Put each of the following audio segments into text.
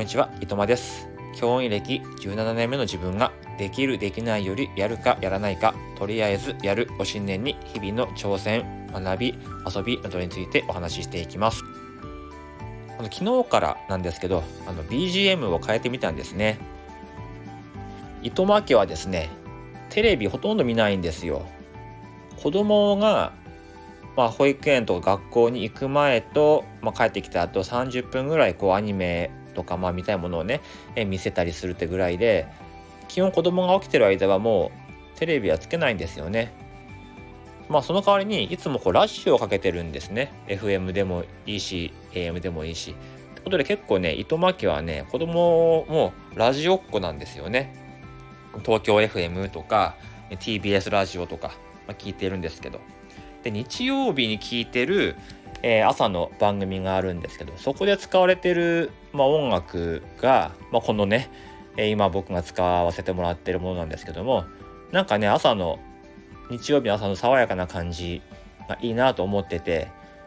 んにちは、いとまです。教員歴17年目の自分ができるできないよりやるかやらないか、とりあえずやるを信念に日々の挑戦、学び、遊びなどについてお話ししていきます。昨日からなんですけど、BGM を変えてみたんですね。いとま家はですね、テレビほとんど見ないんですよ。子供が保育園とか学校に行く前と、帰ってきた後30分ぐらいアニメとか見たいものをね、見せたりするってぐらいで、基本子供が起きてる間はもうテレビはつけないんですよね。その代わりにいつもラジオをかけてるんですね。 FM でもいいし AM でもいいしってことで、結構ね、いとま家はね、子供もラジオっ子なんですよね。東京 FM とか TBS ラジオとか、聞いてるんですけど、で日曜日に聞いてる、朝の番組があるんですけど、そこで使われてる、音楽が、このね、今僕が使わせてもらってるものなんですけども、なんかね、日曜日の朝の爽やかな感じがいいなと思ってて、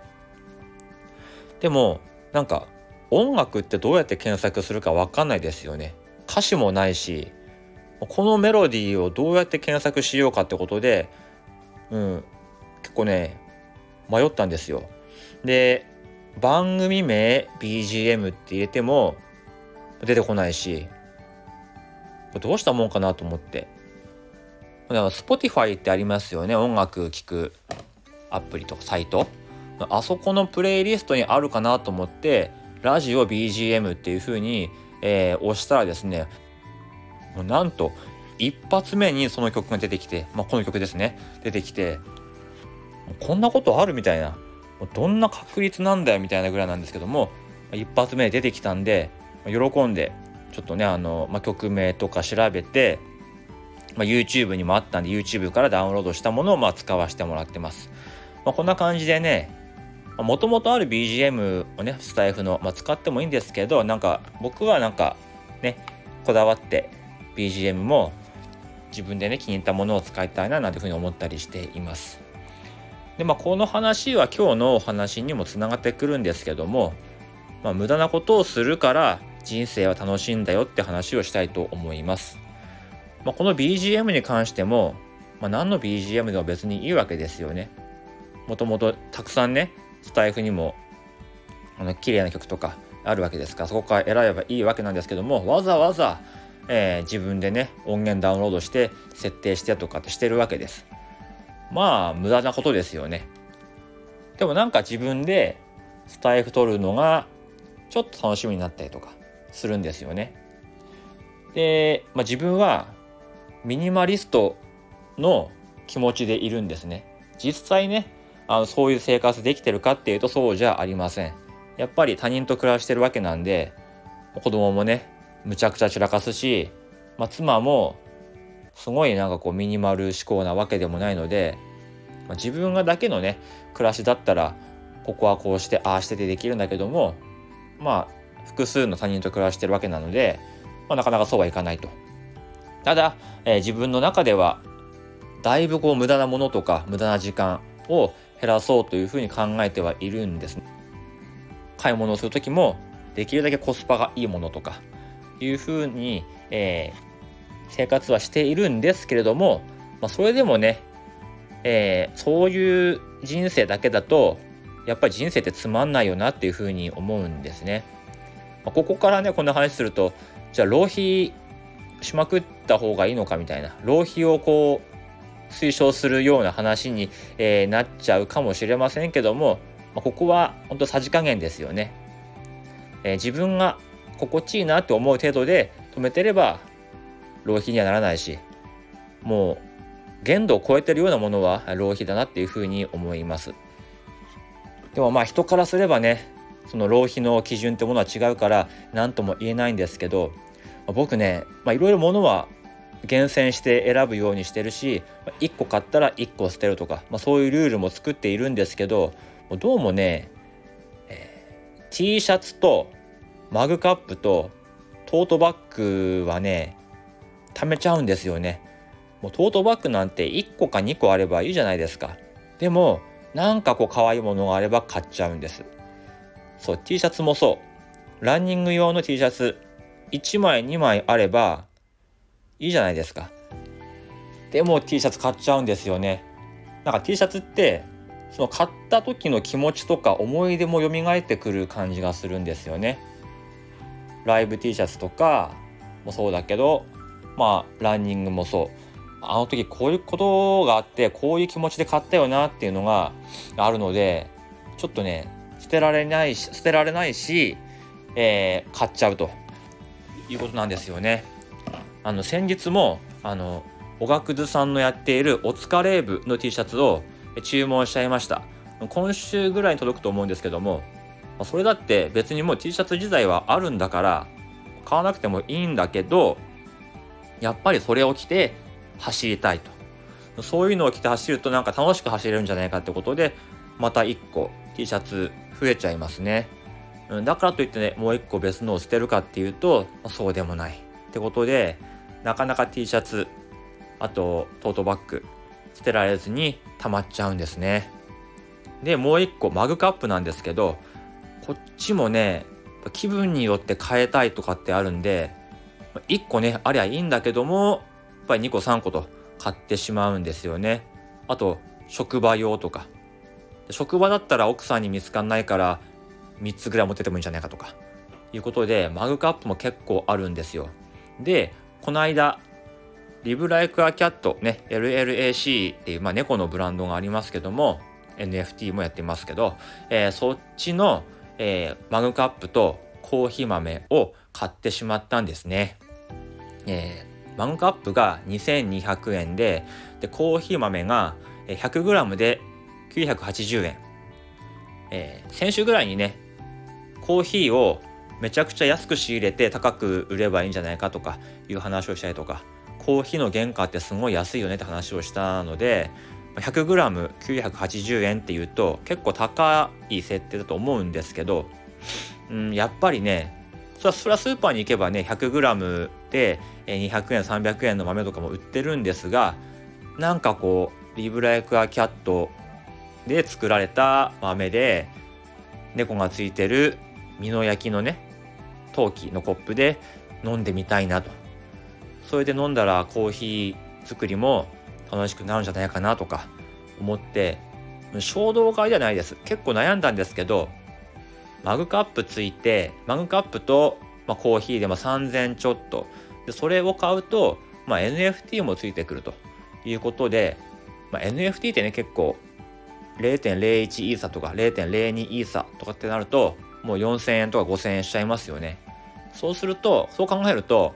でもなんか音楽ってどうやって検索するか分かんないですよね。歌詞もないし、このメロディーをどうやって検索しようかってことで、結構ね迷ったんですよ。で、番組名 BGM って入れても出てこないし、どうしたもんかなと思って、Spotify ってありますよね、音楽聴くアプリとかサイト。あそこのプレイリストにあるかなと思って、ラジオ BGM っていう風に、押したらですね、なんと一発目にその曲が出てきて、この曲ですね、出てきて、こんなことあるみたいな、どんな確率なんだよみたいなぐらいなんですけども、一発目出てきたんで喜んで、ちょっとね曲名とか調べて、YouTube にもあったんで YouTube からダウンロードしたものを使わせてもらってます。こんな感じでね、もともとある BGM をね、スタイフの、使ってもいいんですけど、僕はこだわって BGM も自分でね、気に入ったものを使いたいななんていうふうに思ったりしています。で、この話は今日のお話にもつながってくるんですけども、無駄なことをするから人生は楽しいんだよって話をしたいと思います。この BGM に関しても、何の BGM でも別にいいわけですよね。もともとたくさんね、スタイフにも綺麗な曲とかあるわけですから、そこから選べばいいわけなんですけども、わざわざ、自分でね、音源ダウンロードして設定してとかってしてるわけです。無駄なことですよね。でも自分でスタイフ撮るのがちょっと楽しみになったりとかするんですよね。で、自分はミニマリストの気持ちでいるんですね。実際ね、そういう生活できてるかっていうとそうじゃありません。やっぱり他人と暮らしてるわけなんで、子供もねむちゃくちゃ散らかすし、妻もすごいミニマル思考なわけでもないので、自分がだけのね暮らしだったら、ここはこうしてああしてできるんだけども、複数の他人と暮らしてるわけなので、なかなかそうはいかないと。ただ、自分の中ではだいぶ無駄なものとか無駄な時間を減らそうというふうに考えてはいるんですね。買い物をするときもできるだけコスパがいいものとかいうふうに、生活はしているんですけれども、それでもね、そういう人生だけだとやっぱり人生ってつまんないよなっていうふうに思うんですね。ここからねこんな話すると、じゃあ浪費しまくった方がいいのかみたいな、浪費を推奨するような話に、なっちゃうかもしれませんけども、ここは本当さじ加減ですよね。自分が心地いいなって思う程度で止めてれば浪費にはならないし、もう限度を超えてるようなものは浪費だなっていうふうに思います。でも人からすればね、その浪費の基準ってものは違うから何とも言えないんですけど、僕ね、いろいろものは厳選して選ぶようにしてるし、1個買ったら1個捨てるとか、そういうルールも作っているんですけど、どうもね、T シャツとマグカップとトートバッグはね貯めちゃうんですよね。もうトートバッグなんて1個か2個あればいいじゃないですか。でも可愛いものがあれば買っちゃうんです。そう、T シャツもそう、ランニング用の T シャツ 1枚2枚あればいいじゃないですか。でも T シャツ買っちゃうんですよね。なんか T シャツってその買った時の気持ちとか思い出も蘇ってくる感じがするんですよね。ライブ T シャツとかもそうだけど、ランニングもそう、あの時こういうことがあってこういう気持ちで買ったよなっていうのがあるので、ちょっとね捨てられないし、買っちゃうということなんですよね。先日もおがくずさんのやっているおつかれー部の T シャツを注文しちゃいました。今週ぐらいに届くと思うんですけども、それだって別にもう T シャツ自体はあるんだから買わなくてもいいんだけど、やっぱりそれを着て走りたいと、そういうのを着て走るとなんか楽しく走れるんじゃないかってことで、また1個 T シャツ増えちゃいますね。だからといってね、もう1個別のを捨てるかっていうとそうでもないってことで、なかなか T シャツ、あとトートバッグ捨てられずに溜まっちゃうんですね。でもう1個マグカップなんですけど、こっちもね気分によって変えたいとかってあるんで、1個ねありゃいいんだけども、やっぱり2個3個と買ってしまうんですよね。あと職場用とか、職場だったら奥さんに見つかんないから3つぐらい持っててもいいんじゃないかとかいうことで、マグカップも結構あるんですよ。でこの間リブライクアキャットね、 LLAC っていう、猫のブランドがありますけども、 NFT もやってますけど、そっちの、マグカップとコーヒー豆を買ってしまったんですね。マグカップが2200円で、コーヒー豆が 100g で980円。先週ぐらいにねコーヒーをめちゃくちゃ安く仕入れて高く売ればいいんじゃないかとかいう話をしたりとか、コーヒーの原価ってすごい安いよねって話をしたので、 100g980 円っていうと結構高い設定だと思うんですけど、やっぱりねそれはスーパーに行けばね 100g で200円300円の豆とかも売ってるんですが、なんかこうリブライクアキャットで作られた豆で猫がついてる美濃焼きのね陶器のコップで飲んでみたいなと、それで飲んだらコーヒー作りも楽しくなるんじゃないかなとか思って、衝動買いではないです。結構悩んだんですけど、マグカップついて、マグカップと、コーヒーで3000ちょっとで、それを買うと、NFT もついてくるということで、NFT ってね結構 0.01 イーサとか 0.02 イーサとかってなるともう4000円とか5000円しちゃいますよね。そう考えると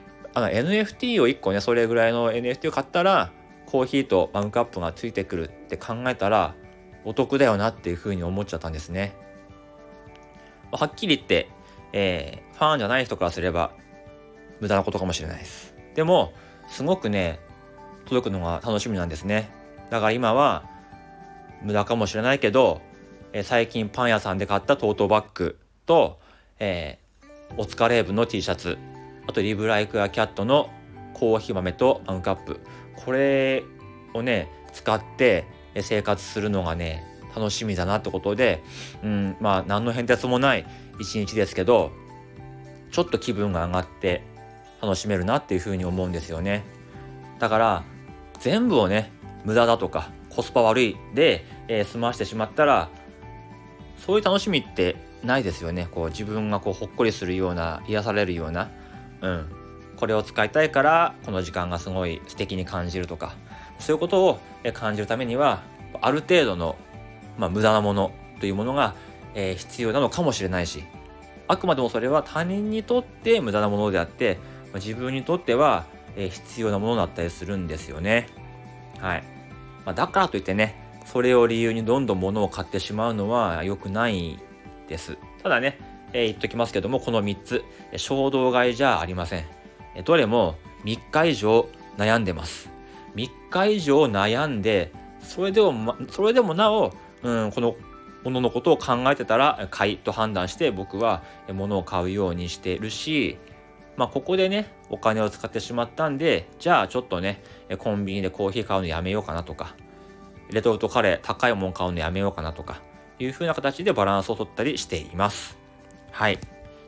NFT を1個ね、それぐらいの NFT を買ったらコーヒーとマグカップがついてくるって考えたらお得だよなっていうふうに思っちゃったんですね。はっきり言って、ファンじゃない人からすれば無駄なことかもしれないです。でもすごくね届くのが楽しみなんですね。だから今は無駄かもしれないけど、最近パン屋さんで買ったトートバッグと、おつかれー部の T シャツ、あとリブライクアキャットのコーヒー豆とマグカップ、これをね使って生活するのがね楽しみだなってことで、何の変哲もない一日ですけど、ちょっと気分が上がって楽しめるなっていうふうに思うんですよね。だから全部をね無駄だとかコスパ悪いで、済ましてしまったらそういう楽しみってないですよね。こう自分がこうほっこりするような、癒されるような、これを使いたいからこの時間がすごい素敵に感じるとか、そういうことを感じるためにはある程度の、無駄なものというものが、必要なのかもしれないし、あくまでもそれは他人にとって無駄なものであって、自分にとっては、必要なものだったりするんですよね。はい。だからといってねそれを理由にどんどん物を買ってしまうのは良くないです。ただね、言っときますけども、この3つ衝動買いじゃありません。どれも3日以上悩んでます。3日以上悩んでそれでもなお、この物のことを考えてたら買いと判断して僕は物を買うようにしているし、ここでねお金を使ってしまったんで、じゃあちょっとねコンビニでコーヒー買うのやめようかなとか、レトルトカレー高いもん買うのやめようかなとかいう風な形でバランスを取ったりしています。はい。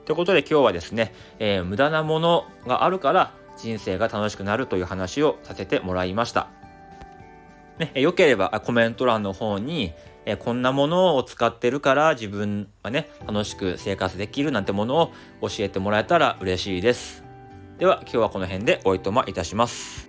ということで今日はですね、無駄なものがあるから人生が楽しくなるという話をさせてもらいました。ね、よければコメント欄の方に、こんなものを使ってるから自分がね楽しく生活できるなんてものを教えてもらえたら嬉しいです。では今日はこの辺でおいとまいたします。